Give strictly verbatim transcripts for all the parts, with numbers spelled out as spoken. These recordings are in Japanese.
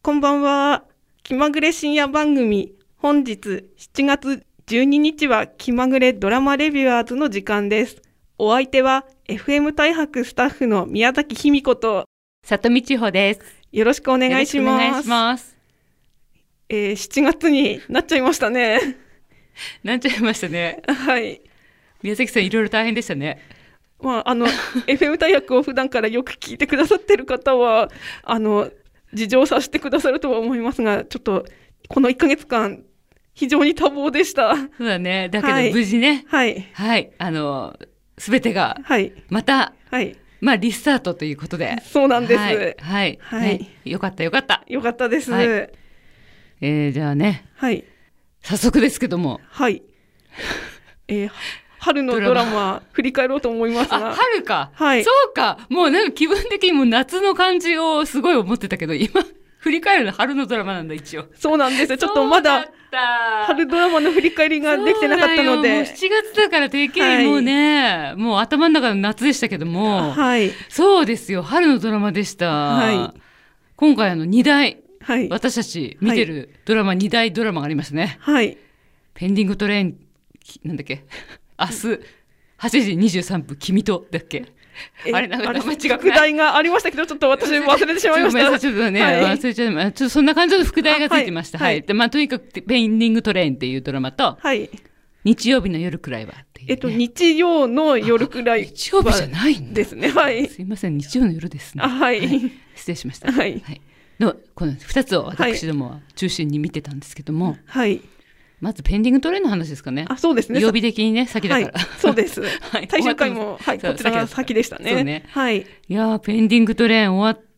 こんばんは。気まぐれ深夜番組、本日しちがつじゅうににちは気まぐれドラマレビュアーズの時間です。お相手は エフエム 大白スタッフの宮崎卑美子と里見千穂です。 よろしくお願いします。 よろしくお願いします。 えー、しちがつになっちゃいましたね。 なっちゃいましたね。 はい。 宮崎さんいろいろ大変でしたね。 まあ、あの、エフエム 大白を普段からよく聞いてくださってる方は、あの、事情させてくださるとは思いますが、ちょっと、このいっかげつかん、非常に多忙でした。 そうだね。だけど無事ね。 はい。 はい。あの、すべてが、また、 はい。 まあ、リスタートということで。 そうなんです。 はい。はい。はい。ね、よかった、よかった。 よかったです。 はい、えー、じゃあね。 はい。 早速ですけども。 はい。えー春のドラマ振り返ろうと思いますが。 あ、春か。 はい。 そうか。もうなんか気分的にも夏の感じをすごい思ってたけど、今、振り返るの春のドラマなんだ、一応。 そうなんですよ。ちょっとまだ、春ドラマの振り返りができてなかったので。 もうしちがつだからてっきりもうね、はい、もう頭の中の夏でしたけども。 はい。 そうですよ。春のドラマでした。はい。今回あのにだい、はい、私たち見てるドラマ、はい、にだいドラマがありますね。 はい。 ペンディングトレイン、なんだっけ明日はちじにじゅうさんぷん君とだっけあれなんか間違くない副題がありましたけどちょっと私忘れてしまいました。 ちょっとごめんなさい、ちょっとね、はい、忘れちゃいました。ちょっとそんな感じの副題がついてました。はい。はい、でまあとにかくペンディングトレインっていうドラマと、はい、日曜日の夜くらいはっていう、ね、 えっと日曜の夜くらい日曜日じゃないんですね。はい。 すいません、日曜の夜ですね。 あ、はい、はい、 失礼しました。 はい。はい、 のこのふたつを私どもは中心に見てたんですけども。 はい。 まずペンディングトレインの話ですかね。 あ、そうですね。 曜日的にね、先だから。 はい、そうです。はい。最終回も、はい、こちらが先でしたね。 そうね。 はい。 いやー、ペンディングトレイン終わって、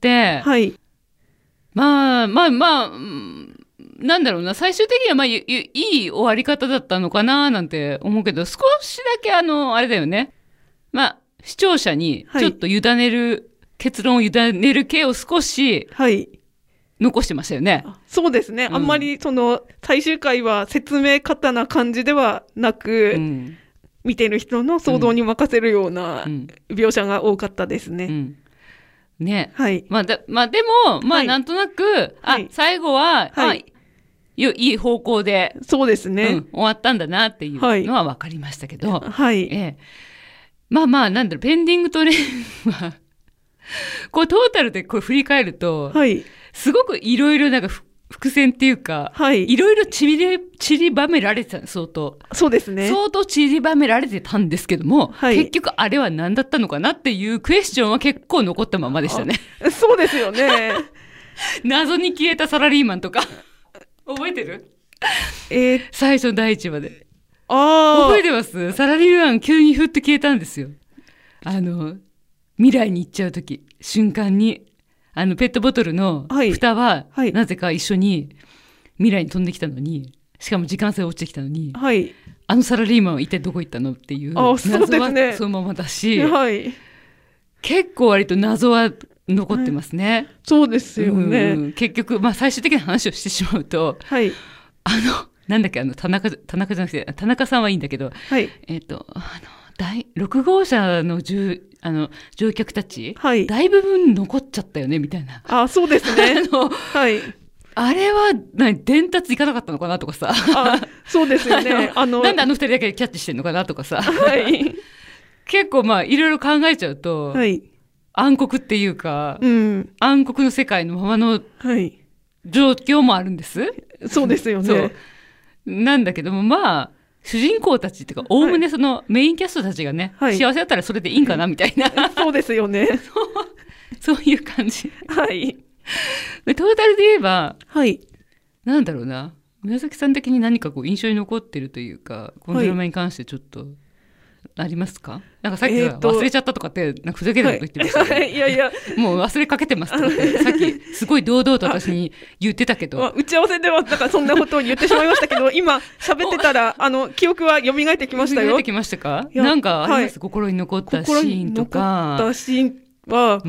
はい。まあ、まあ、まあ、なんだろうな、最終的にはまあ、いい終わり方だったのかななんて思うけど、少しだけあの、あれだよね。まあ、視聴者にちょっと委ねる、はい、結論を委ねる系を少し、はい。残してましたよね。 そうですね、うん、あんまりその最終回は説明方な感じではなく、うん、見てる人の想像に任せるような描写が多かったですね。 うんうん、ね、 はい。 まあ、だまあ、でも、まあ、なんとなく、はい、あ、最後は、はい、いい方向で、 そうですね、 うん、終わったんだなっていうのは分かりましたけど、 はい。 ええ、まあまあ、なんだろう、ペンディングトレインは、こうトータルでこう振り返ると、はい。すごくいろいろなんか伏線っていうか、はい。いろいろちり、ちりばめられてた、相当。 そうですね。 相当ちりばめられてたんですけども、はい。結局あれは何だったのかなっていうクエスチョンは結構残ったままでしたね。 そうですよね。 謎に消えたサラリーマンとか。覚えてる？えー、最初の第一話で。ああ。覚えてます？サラリーマン急にふって消えたんですよ。あの、未来に行っちゃうとき、瞬間に。あのペットボトルの蓋はなぜか一緒に未来に飛んできたのに、しかも時間差落ちてきたのに、はい、あのサラリーマンは一体どこ行ったのっていう謎はそのままだし、はい、結構割と謎は残ってますね。はい、 そうですよね。 うん、結局、まあ、最終的な話をしてしまうと、はい、あのなんだっけあの田中田中じゃなくて田中さんはいいんだけど、はい、えっとあの第ろく号車の重あの乗客たち、はい、大部分残っちゃったよねみたいな。 あ、そうですね。あの、はい、 あれは何伝達いかなかったのかなとかさ。 あ、そうですよね。 あのなんであの二人だけキャッチしてんのかなとかさ。はい、結構まあいろいろ考えちゃうと、はい、暗黒っていうか、うん、暗黒の世界のままの状況もあるんです。はい、 そうですよね。そうなんだけどもまあ。主人公たちっていうか、おおむねそのメインキャストたちがね、はい、幸せだったらそれでいいんかなみたいな。 そうですよね。 そう、そういう感じ。 はい。 トータルで言えば、はい。なんだろうな。宮崎さん的に何かこう印象に残ってるというか、このドラマに関してちょっと、ありますか？なんかさっきは忘れちゃったとかって、なんかふざけたこと言ってましたけど、はい、いやいや、もう忘れかけてますとかって、さっきすごい堂々と私に言ってたけど。 まあ、打ち合わせではなんかそんなことを言ってしまいましたけど、今喋ってたら、あの、記憶は蘇ってきましたよ。 蘇ってきましたか？なんかあります、はい、心に残ったシーンとか。 心に残ったシーンは、うん、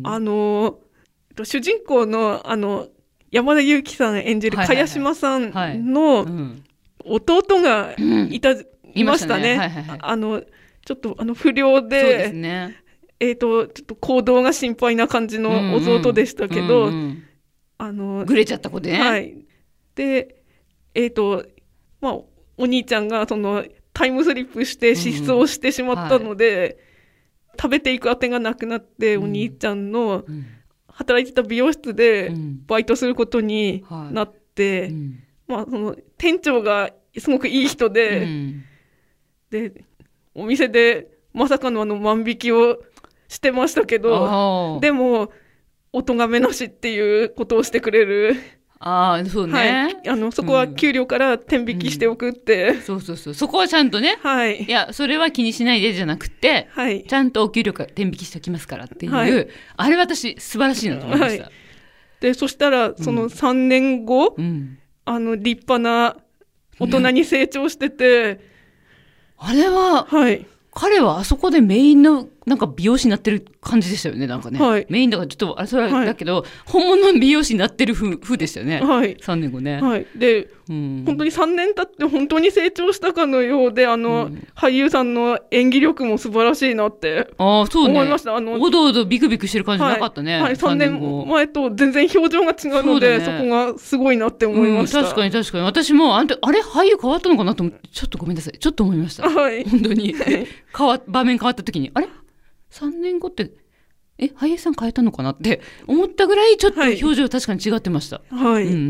あの、主人公の、あの、山田裕貴さん演じる茅島さんの弟がいた、いましたね。はいはいはい、あの、ちょっとあの不良で、そうですね。えっと、ちょっと行動が心配な感じの弟でしたけど、うんうんうん、 あのぐれちゃった子でね。 はい。で、えっと、まあ、お兄ちゃんがそのタイムスリップして失踪してしまったので、うんはい、食べていくあてがなくなって、うん、お兄ちゃんの働いてた美容室でバイトすることになって、うんはいうんまあ、その店長がすごくいい人で、うん、でお店でまさかのあの万引きをしてましたけど、でもお咎めなしっていうことをしてくれる。 ああ、そうね、 はい、あのそこは給料から天引きしておくって、 うんうん、そうそうそう、そこはちゃんとね、はい、いやそれは気にしないでじゃなくて、はい、ちゃんとお給料から天引きしておきますからっていう、はい、あれ私素晴らしいなと思いました、はい、 でそしたらそのさんねんご、うん、あの立派な大人に成長してて、ね、 あれは、はい、彼はあそこでメインのなんか美容師になってる感じでしたよね、なんかね、はい、メインだからちょっとあれそれはだけど、はい、本物の美容師になってる風風でしたよね、はい、さんねんごね、 はい、で、うん、本当にさんねん経って本当に成長したかのようで、あの、うん、俳優さんの演技力も素晴らしいなって思いました。あ、ね、 おどおどビクビクしてる感じなかったね、 はいはい、さんねんまえと全然表情が違うので そ, う、ね、そこがすごいなって思いました、 うん、確かに確かに私もあれ俳優変わったのかなと思ってちょっとごめんなさいちょっと思いました、はい、本当に変わ場面変わった時にあれさんねんごってえ俳優さん変えたのかなって思ったぐらいちょっと表情確かに違ってました、はい、うんうんうん、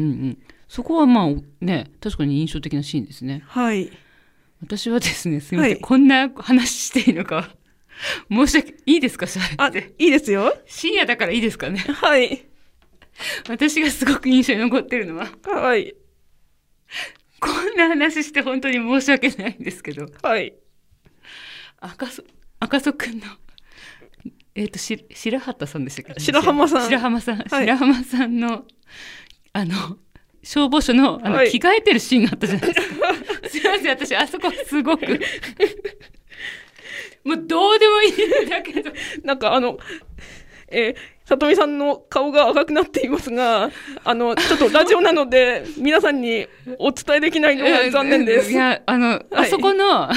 そこはまあね確かに印象的なシーンですね。はい、私はですねすみません、はい、こんな話していいのか申し訳いいですかしゃべって。 いいですよ。 深夜だからいいですかね。 はい。 私がすごく印象に残ってるのははい、 こんな話して本当に申し訳ないんですけど、 はい、 赤楚赤楚くんのえっとし白畑さんでしたっけ？ 白浜さん白浜さん、はい、白浜さんのあの消防署のあの、はい、着替えてるシーンがあったじゃないですか。すいません私あそこすごくもうどうでもいいんだけどなんかあのえー、さとみさんの顔が赤くなっていますが、あのちょっとラジオなので皆さんにお伝えできないのが残念です。 いやあの、はい、あそこの、はい、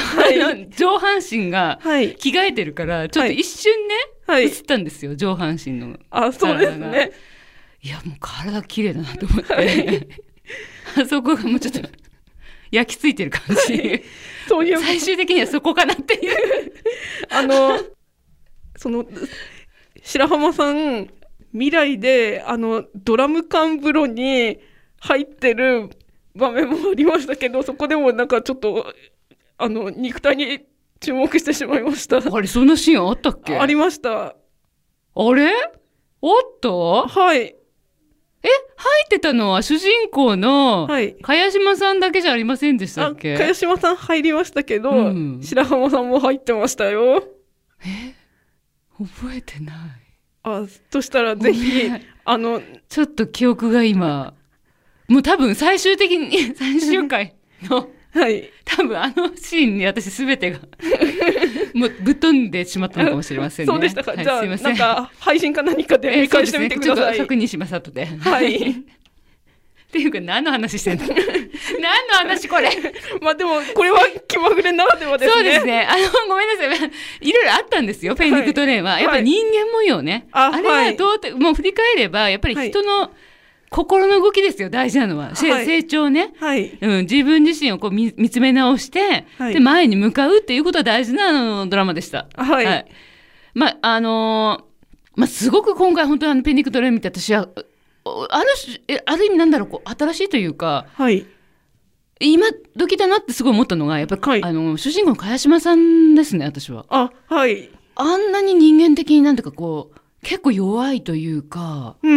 あの上半身が着替えてるから、はい、ちょっと一瞬ね、はい、映ったんですよ上半身の。 あ、そうですね。 いやもう体綺麗だなと思って、はい、あそこがもうちょっと焼き付いてる感じ、はい、そういう最終的にはそこかなっていうあのその白浜さん未来であのドラム缶風呂に入ってる場面もありましたけど、そこでもなんかちょっとあの肉体に注目してしまいました。 あれそんなシーンあったっけ？ ありました。 あれおっと、 はい、 え入ってたのは主人公の茅島さんだけじゃありませんでしたっけ？ 茅島さん入りましたけど、うん、白浜さんも入ってましたよ。 え覚えてない。 あ、としたらぜひあのちょっと記憶が今もう多分最終的に最終回のはい多分あのシーンに私すべてがもうぶっ飛んでしまったのかもしれませんね。 そうでしたか、はい、じゃあなんか配信か何かで見返してみてください、 えーね、ちょっと確認します後で。 はいっていうか何の話してんの何の話これまあでもこれは気まぐれならではですね。 そうですね、あのごめんなさいいろいろあったんですよ、はい、ペンディクトレーンはやっぱり人間模様ね、はい、あれはどうて、はい、もう振り返ればやっぱり人の心の動きですよ大事なのは、はい、成長ね、はいうん、自分自身をこう 見, 見つめ直して、はい、で前に向かうっていうことは大事なあのドラマでした。はい、はい、まああのー、まあすごく今回本当にあのペンディクトレーン見て私はあるえある意味なんだろうこう新しいというか、はい、今時だなってすごい思ったのがやっぱり、はい、あの主人公の茅島さんですね私は。 あ、はい、 あんなに人間的になんていうかこう結構弱いというか、うん、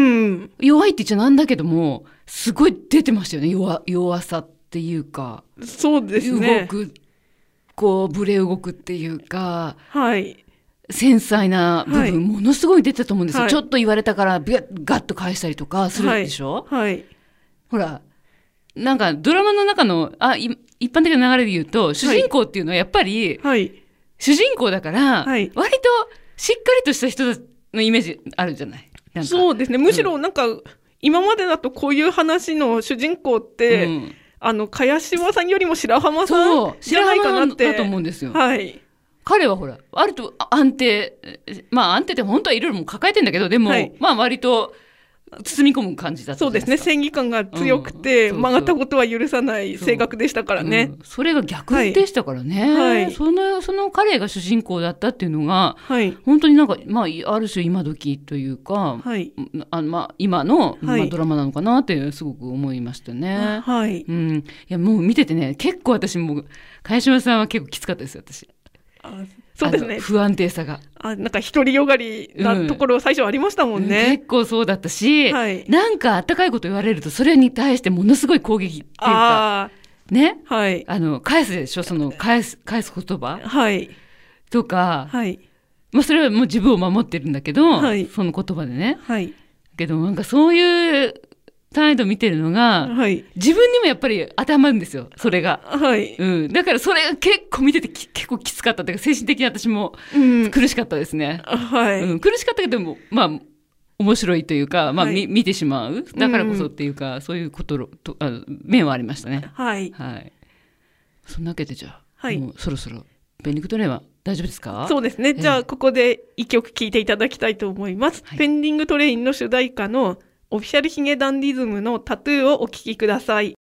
弱いって言っちゃなんだけどもすごい出てましたよね 弱, 弱さっていうか。 そうですね、 動くこうブレ動くっていうか、 はい、 繊細な部分、はい、ものすごい出てたと思うんですよ、はい、ちょっと言われたからガッと返したりとかするでしょ、はいはい、ほらなんかドラマの中のあ一般的な流れで言うと主人公っていうのはやっぱり、はい、主人公だから、はい、割としっかりとした人のイメージあるじゃない。なんかそうですね、むしろなんか、うん、今までだとこういう話の主人公って、うん、あの茅島さんよりも白浜さんじゃないかなって。 だと思うんですよ。 はい、 彼はほら割と安定、まあ安定って本当はいろいろも抱えてんだけどでも、はい、まあ割と包み込む感じだったじゃないですか。 そうですね。正義感が強くて、うん、曲がったことは許さない性格でしたからね。 そ, うん、それが逆でしたからね。はい、その、その彼が主人公だったっていうのが、はい、本当になんか、まあ、ある種今時というか、はい、あまあ、今の、まあ、ドラマなのかなってすごく思いましたね。はい。うん。いや、もう見ててね、結構私も、茅島さんは結構きつかったですよ、私。 あ、そうですね。 不安定さが。 あ、なんか独りよがりなところ最初ありましたもんね。 うん、結構そうだったし、はい、なんかあったかいこと言われると、それに対してものすごい攻撃っていうか、ね。はい。あの、返すでしょ、その、返す、返す言葉はい。とか、はい。まあ、それはもう自分を守ってるんだけど、はい。その言葉でね。はい。けど、なんかそういう態度見てるのが、はい。自分にもやっぱり当てはまるんですよ、それが。はい。うん。だからそれが結構見てて結構きつかったっていうか、精神的に私も苦しかったですね。うん、はい。うん。苦しかったけども、まあ、面白いというか、まあ、はい、見てしまう。だからこそっていうか、うん、そういうこととあ面はありましたね。はい。はい。そんなわけでじゃあ、はい、もうそろそろ、ペンディングトレインは大丈夫ですか？ そうですね。じゃあ、ここで一曲聴いていただきたいと思います。はい、ペンディングトレインの主題歌のオフィシャルヒゲダンディズムのタトゥーをお聴きください。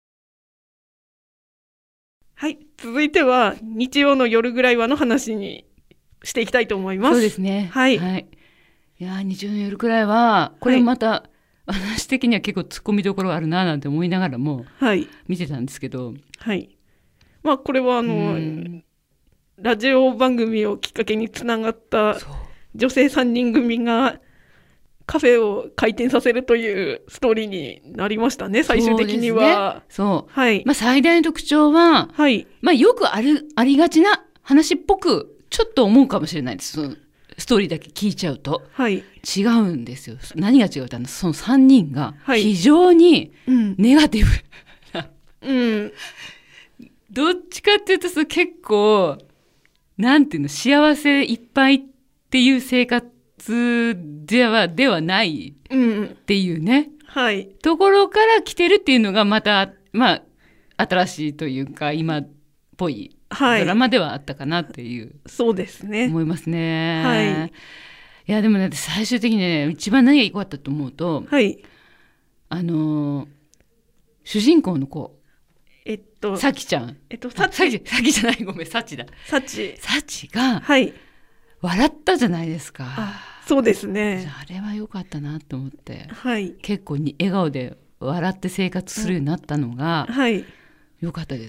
はい。続いては、日曜の夜ぐらいはの話にしていきたいと思います。 そうですね。はい。はい、いやー、日曜の夜くらいは、これまた、はい、私的には結構突っ込みどころがあるななんて思いながらも、はい、見てたんですけど。 はい。まあ、これはあの、ラジオ番組をきっかけにつながった女性さんにん組がカフェを開店させるというストーリーになりましたね、最終的には。 そう、ね。そう。はい。まあ、最大の特徴は、はい。まあ、よくある、ありがちな話っぽく、ちょっと思うかもしれないです。ストーリーだけ聞いちゃうと。はい。違うんですよ。何が違うって、そのさんにんが、非常にネガティブな、うん。うん。どっちかっていうと、結構、なんていうの、幸せいっぱいっていう生活では、ではないっていうね、うん、はい。ところから来てるっていうのがまた、まあ、新しいというか、今っぽいドラマではあったかなっていう、はい、 そうですね。 思いますね。はい。いや、でもね、最終的にね、一番何が良かったと思うと、はい。あのー、主人公の子、えっと、さきちゃん。えっと、さち。さきじゃない、ごめん、さちだ。 さち。 さちが、はい。笑ったじゃないですか。 あ、そうですね。 あれは良かったなと思って。はい。結構に笑顔で笑って生活するようになったのが、はい。良かったです。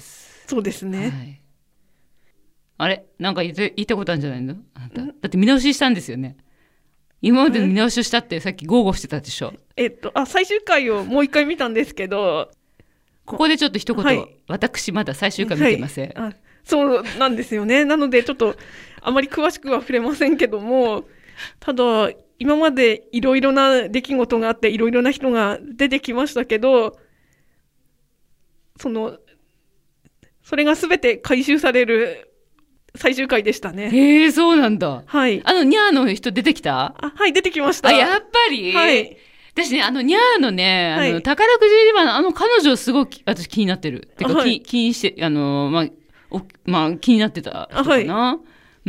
そうですね。はい。 あれなんか言って、言ったことあるんじゃないの？あなた。だって見直ししたんですよね。今までの見直しをしたってさっき豪語してたでしょ。 えっと、あ、最終回をもう一回見たんですけど、 ここでちょっと一言、はい、私まだ最終回見てません、はい、 あ、そうなんですよね。なのでちょっとあまり詳しくは触れませんけども、ただ今までいろいろな出来事があっていろいろな人が出てきましたけど、そのそれが全て回収される最終回でしたね。 へえ、そうなんだ。はい。あのニャーの人出てきた？ あ、はい、出てきました。 あ、やっぱり。はい。私ね、あの、ニャーのね、あの、はい、宝くじ売り場のあの彼女すごく私気になってる。てか、はい、気にして、あの、まあ、おまあ、気になってた人かな、はい。うん。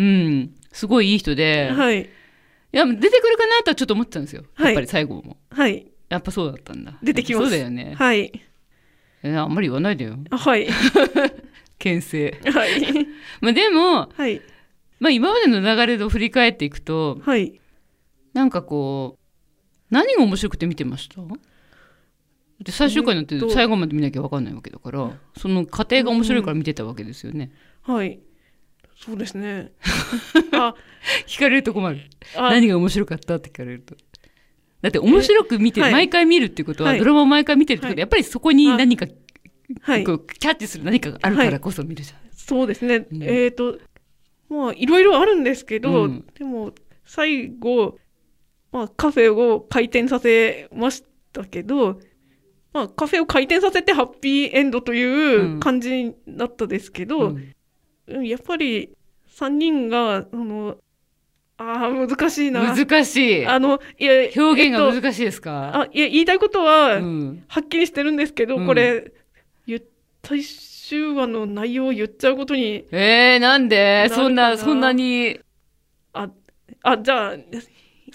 すごいいい人で。はい。いや、出てくるかなとはちょっと思ってたんですよ。やっぱり最後も。はい。やっぱそうだったんだ。 出てきます。 そうだよね。 はい。 え、あんまり言わないでよ。 はい。 牽制。はい。まあ、でも、はい。まあ、今までの流れを振り返っていくと、はい。なんかこう、何が面白くて見てました？で最終回になって最後まで見なきゃ分かんないわけだから、その過程が面白いから見てたわけですよね。 うん、はい。そうですね。あ、 聞かれると困る。何が面白かったって聞かれると。だって面白く見て、はい、毎回見るっていうことは、はい、ドラマを毎回見てるってことは、はい、やっぱりそこに何か、はい、こうキャッチする何かがあるからこそ見るじゃん。はい、 そうですね。うん、えっと、まあいろいろあるんですけど、うん、でも最後、まあ、カフェを開店させましたけど、まあ、カフェを開店させてハッピーエンドという感じだったですけど、うんうん、やっぱりさんにんが、あの、ああ、難しいな。 難しい。 あの、いや、 表現が難しいですか？ えっと、あ、いや、言いたいことは、はっきりしてるんですけど、うん、これ、言った最終話の内容を言っちゃうことに。 えー、なんでそんな、そんなに。 あ、あ、じゃあ、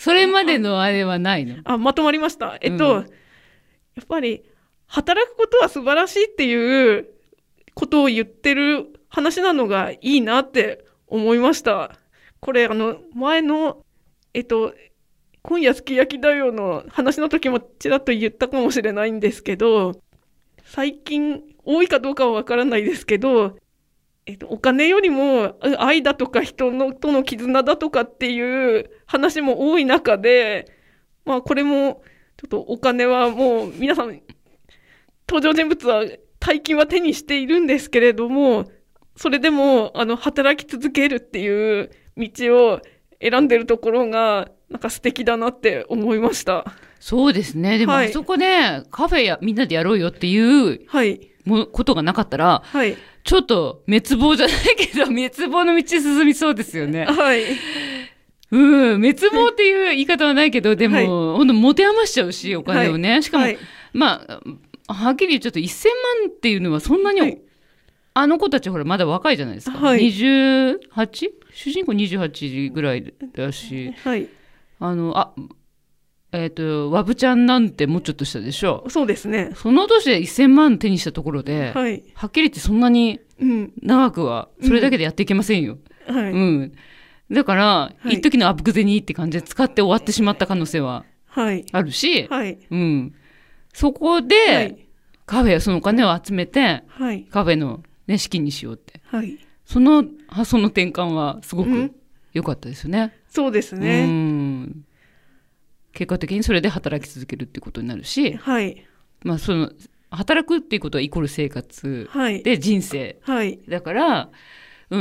それまでのあれはないの？ あ、まとまりました。えっと、うん、やっぱり働くことは素晴らしいっていうことを言ってる話なのがいいなって思いました。これあの前のえっと今夜すき焼きだよの話の時もちらっと言ったかもしれないんですけど、最近多いかどうかはわからないですけど、えっと、お金よりも愛だとか人のとの絆だとかっていう話も多い中で、まあこれもちょっとお金はもう皆さん登場人物は大金は手にしているんですけれども、それでもあの働き続けるっていう道を選んでるところがなんか素敵だなって思いました。 そうですね。でも、はい、あそこでカフェやみんなでやろうよっていうもことがなかったら、はい、ちょっと滅亡じゃないけど滅亡の道進みそうですよね。はい。うん、滅亡っていう言い方はないけど、でも、はい、ほんと持て余しちゃうし、お金をね。はい、しかも、はい、まあ、はっきり言っちゃうとせんまんっていうのはそんなに、はい、あの子たちほらまだ若いじゃないですか。はい、にじゅうはち？ 主人公にじゅうはちぐらいだし、はい、あの、あ、えっと、ワブちゃんなんてもうちょっとしたでしょ。 そうですね。 その年でせんまん手にしたところで、はい、はっきり言ってそんなに長くはそれだけでやっていけませんよ。うん。はい、うん、だから、はい、一時のあぶくぜにって感じで使って終わってしまった可能性はあるし、はい、うん。そこで、はい、カフェ、そのお金を集めて、はい、カフェの、ね、資金にしようって。はい、その発想の転換はすごく良かったですよね。うん、 そうですね。 うん結果的にそれで働き続けるっていうことになるし、はい、まあその働くっていうことはイコール生活で人生、はい、だから、うん、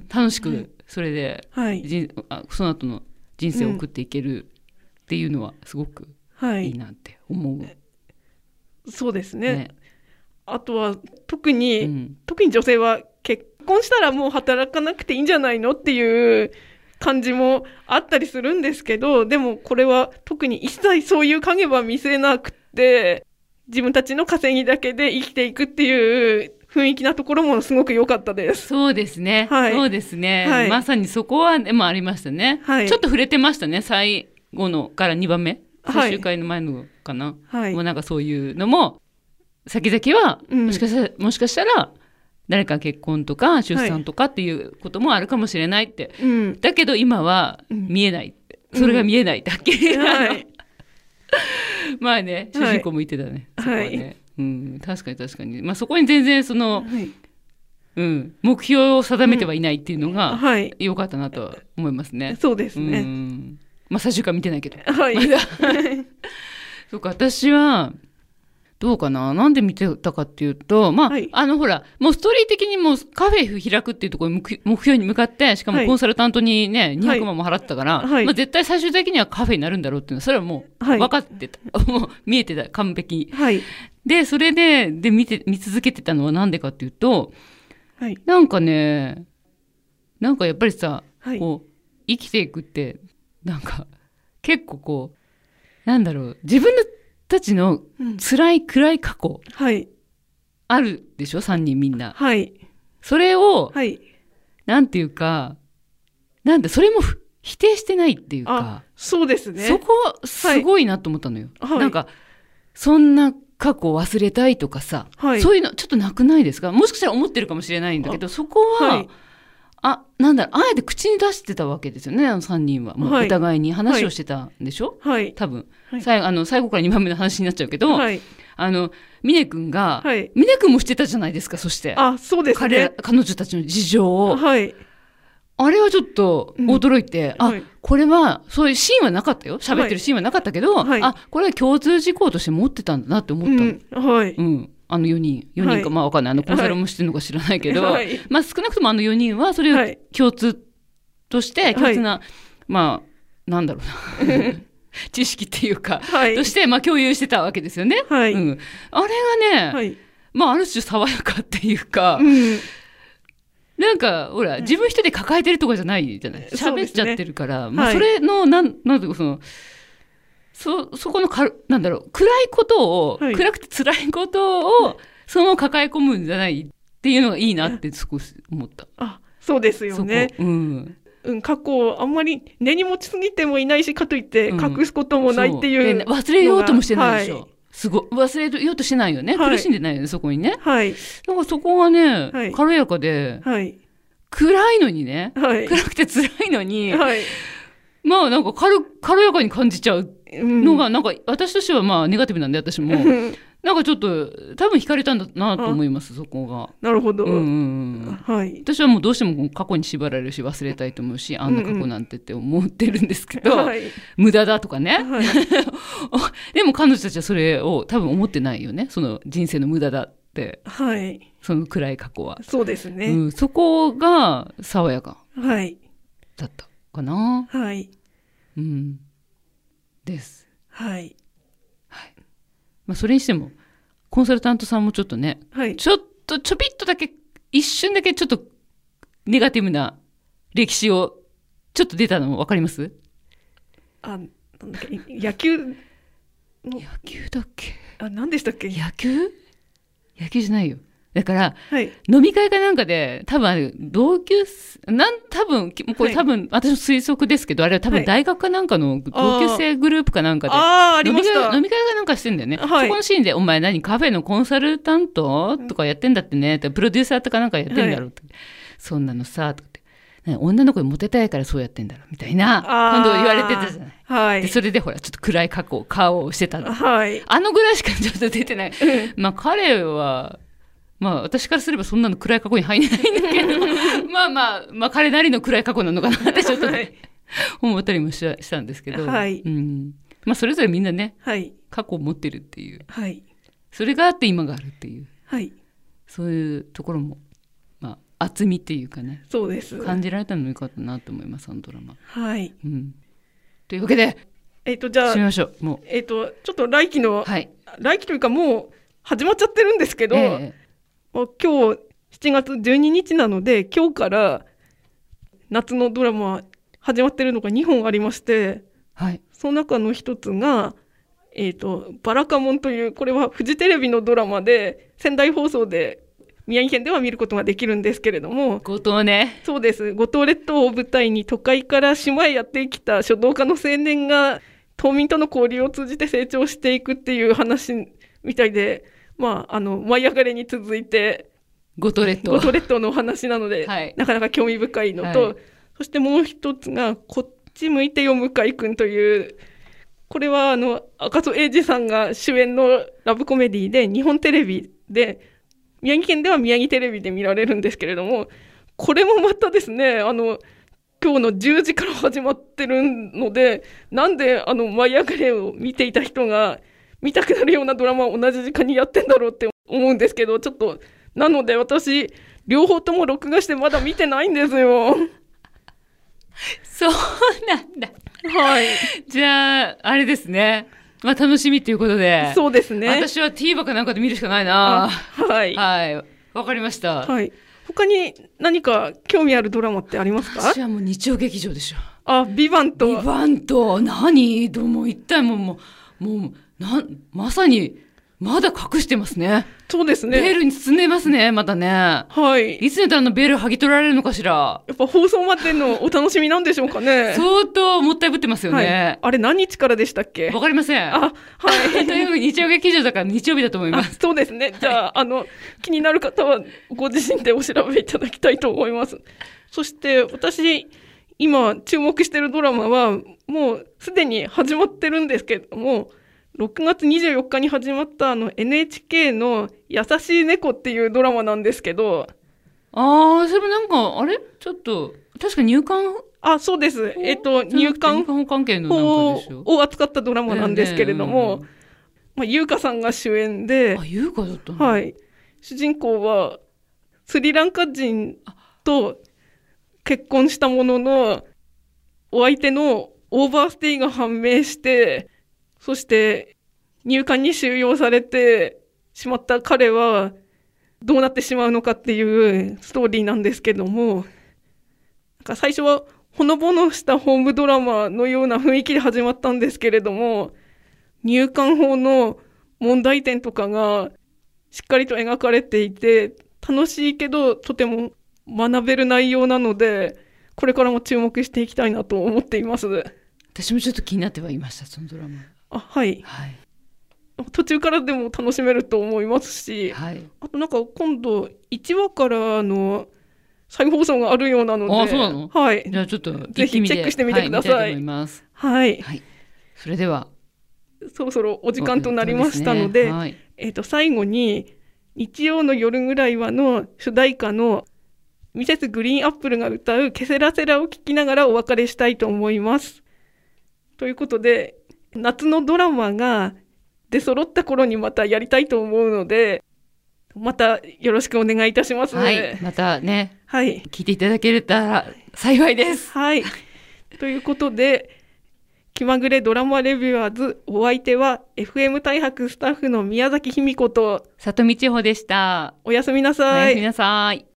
楽しくそれで、はい、あその後の人生を送っていけるっていうのはすごくいいなって思う。うんはい、 そうですね。ねあとは特に、うん、特に女性は結婚したらもう働かなくていいんじゃないのっていう感じもあったりするんですけど、でもこれは特に一切そういう影は見せなくて、自分たちの稼ぎだけで生きていくっていう雰囲気なところもすごく良かったです。 そうですね。はい、そうですね、はい。まさにそこはでもありましたね、はい。ちょっと触れてましたね。最後のからにばんめ。最終回の前のかな。はい、もうなんかそういうのも、先々は、もしかしたら、うん、もしかしたら、誰か結婚とか出産とかっていうこともあるかもしれないって。はい、だけど今は見えないって。うん、それが見えないだけ。うんはい、まあね、主人公も言ってたね。はい、そこはね、はい。うん、確かに確かに。まあそこに全然その、はい、うん、目標を定めてはいないっていうのが良かったなとは思いますね。 はい、そうですね。 うん、まあ最終回見てないけど。はい。ま、そうか、私は、どうかななんで見てたかっていうと、まあ、はい、あのほら、もうストーリー的にもカフェ開くっていうところに目標に向かって、しかもコンサルタントにね、はい、にひゃくまんも払ってたから、はい、まあ絶対最終的にはカフェになるんだろうっていうのは、それはもう分かってた。はい、もう見えてた、完璧。はい、で、それで、で見て、見続けてたのはなんでかっていうと、はい、なんかね、なんかやっぱりさ、はい、こう、生きていくって、なんか、結構こう、なんだろう、自分のたちの辛い暗い過去、はい、あるでしょさんにんみんな、はい、それを、はい、なんていうかなんでそれも否定してないっていうかそうですねそこすごいなと思ったのよ、はい、なんかそんな過去を忘れたいとかさ、はい、そういうのちょっとなくないですか。もしかしたら思ってるかもしれないんだけどそこは、はい、あなんだろうあえて口に出してたわけですよね。あのさんにんはもうお互いに話をしてたんでしょ、はい、多分、はい、最, あの最後からにばんめの話になっちゃうけど、はい、あの峰君が、はい、峰君もしてたじゃないですか。そしてあそうです、ね、彼, 彼女たちの事情を、はい、あれはちょっと驚いて、うん、あ、はい、これはそういうシーンはなかったよ。喋ってるシーンはなかったけど、はい、あこれは共通事項として持ってたんだなって思ったの、うんはいうん、あのよにんよにんか、はい、まあわかんないあのコンサルもしてるのか知らないけど、はい、まあ少なくともあのよにんはそれを共通として、はい、共通な、まあなんだろうな知識っていうか、はい、としてまあ共有してたわけですよね、はいうん、あれがね、はい、まあある種爽やかっていうか、うん、なんかほら自分一人で抱えてるとかじゃないじゃない。喋っちゃってるから、ねまあ、それの、はい、なんなんていうかそのそ, そこのかなんだろう暗いことを、はい、暗くて辛いことをそのまま抱え込むんじゃないっていうのがいいなって少し思った。 あそうですよね。 そこ、うん、 うん、過去あんまり根に持ちすぎてもいないし、かといって隠すこともないっていう、 うん、忘れようともしてないでしょ、はい、すごい忘れようとしないよね、はい、苦しんでないよねそこにね、はい、だからそこがね、はい、軽やかで、はい、暗いのにね、はい、暗くて辛いのに、はい、まあなんか 軽, 軽やかに感じちゃうのが、うん、なんか私としてはまあネガティブなんで、私もなんかちょっと多分惹かれたんだなと思います、そこが。 なるほど、 うんうんうんはい、私はもうどうしても過去に縛られるし忘れたいと思うし、あんな過去なんてって思ってるんですけど、うんうん、無駄だとかね、はい、でも彼女たちはそれを多分思ってないよね、その人生の無駄だって、はい、その暗い過去は。 そうですね、 うん、そこが爽やかはいだったかな、 はい、 うん、ですはいまあ、それにしてもコンサルタントさんもちょっとね、はい、ちょっとちょびっとだけ一瞬だけちょっとネガティブな歴史をちょっと出たの分かります？ あ、なんだっけ、野球の野球だっけ、 あ、何でしたっけ、 野球野球じゃないよ、だから、はい、飲み会かなんかで多分あれ同級なん多分これ多分、はい、私の推測ですけど、あれは多分大学かなんかの同級生グループかなんかで、 あありました、 飲み会かなんかしてんだよね、はい、そこのシーンでお前何カフェのコンサルタントとかやってんだってね、プロデューサーとかなんかやってんだろうって、はい、そんなのさとかって、女の子にモテたいからそうやってんだろうみたいな今度言われてたじゃない、はい、でそれでほらちょっと暗い過去顔をしてたの、はい、あのぐらいしかちょっと出てないまあ彼はまあ私からすればそんなの暗い過去に入れないんだけどまあまあまあ彼なりの暗い過去なのかなってちょっとね、はい、思ったりも し, したんですけど、はいうん、まあそれぞれみんなね、はい、過去を持ってるっていう、はい、それがあって今があるっていう、はい、そういうところもまあ厚みっていうかね、 そうです感じられたのもよかったなと思います、あのドラマ。 はい、 うん、というわけでえっ、ー、とじゃあ締めましょう。もうえっ、ー、とちょっと来期の、はい、来期というかもう始まっちゃってるんですけど、えー今日しちがつじゅうににちなので、今日から夏のドラマ始まってるのがにほんありまして、はい、その中の一つが、えーと、バラカモンという、これはフジテレビのドラマで仙台放送で宮城県では見ることができるんですけれども、 五島ね、 そうです、五島列島を舞台に都会から島へやってきた書道家の青年が島民との交流を通じて成長していくっていう話みたいで、まあ、あの舞い上がれに続いて五島列島五島列島のお話なので、はい、なかなか興味深いのと、はい、そしてもう一つがこっち向いてよ向井くんという、これはあの赤楚衛二さんが主演のラブコメディで日本テレビで、宮城県では宮城テレビで見られるんですけれども、これもまたですね、あの今日のじゅうじから始まってるので、なんであの舞い上がれを見ていた人が見たくなるようなドラマを同じ時間にやってんだろうって思うんですけど、ちょっとなので私両方とも録画してまだ見てないんですよ。 そうなんだ。 はい。 じゃああれですね。まあ楽しみということで。 そうですね。 私は TVer かなんかで見るしかないな。 はい。 はい。わかりました。 はい。他に何か興味あるドラマってありますか？ 私はもう日曜劇場でしょ。 あ、ビバント。 ビバント何？どうも一体もうもうもうなんまさにまだ隠してますね。 そうですね。 ベールに包んでますね、またね。 はい。 いつになったらあのベール剥ぎ取られるのかしら。 やっぱ放送までのお楽しみなんでしょうかね。 相当もったいぶってますよね。はい、 あれ何日からでしたっけ？ わかりません。 あ、はい。 という日曜劇場だから日曜日だと思います。 そうですね。じゃあ、はい、あの気になる方はご自身でお調べいただきたいと思います。そして私今注目しているドラマはもうすでに始まってるんですけれども、ろくがつにじゅうよっかに始まったあの エヌエイチケー の優しい猫っていうドラマなんですけど、 ああ、それもなんかあれちょっと確か入管、 あ、そうです。えっと入管法関係のなんかでしょを扱ったドラマなんですけれども、ね、まあ、優香さんが主演で、 あ、優香だったの、 はい、主人公はスリランカ人と結婚したものの、お相手のオーバーステイが判明して、そして入管に収容されてしまった彼はどうなってしまうのかっていうストーリーなんですけども、なんか最初はほのぼのしたホームドラマのような雰囲気で始まったんですけれども、入管法の問題点とかがしっかりと描かれていて、楽しいけどとても学べる内容なので、 これからも注目していきたいなと思っています。 私もちょっと気になってはいました、そのドラマ。 あ、はい、 はい、 途中からでも楽しめると思いますし、 はい、 あとなんか今度いちわからの再放送があるようなので、 あ、そうなの？ はい、 じゃあちょっとぜひチェックしてみてください。 はい、見たいと思います。 はい、 はい、それではそろそろお時間となりましたので、 ね、はい、 えーと、最後に日曜の夜ぐらいはの主題歌のミセスグリーンアップルが歌うケセラセラを聴きながらお別れしたいと思います。ということで、夏のドラマが出揃った頃にまたやりたいと思うので、またよろしくお願いいたします。 はい、またね、 はい、 聞いていただけたら幸いです。 はい、ということで、気まぐれドラマレビュアーズ、お相手は エフエム 大白スタッフの宮崎卑美子と里見千穂でした。 おやすみなさい。 おやすみなさい。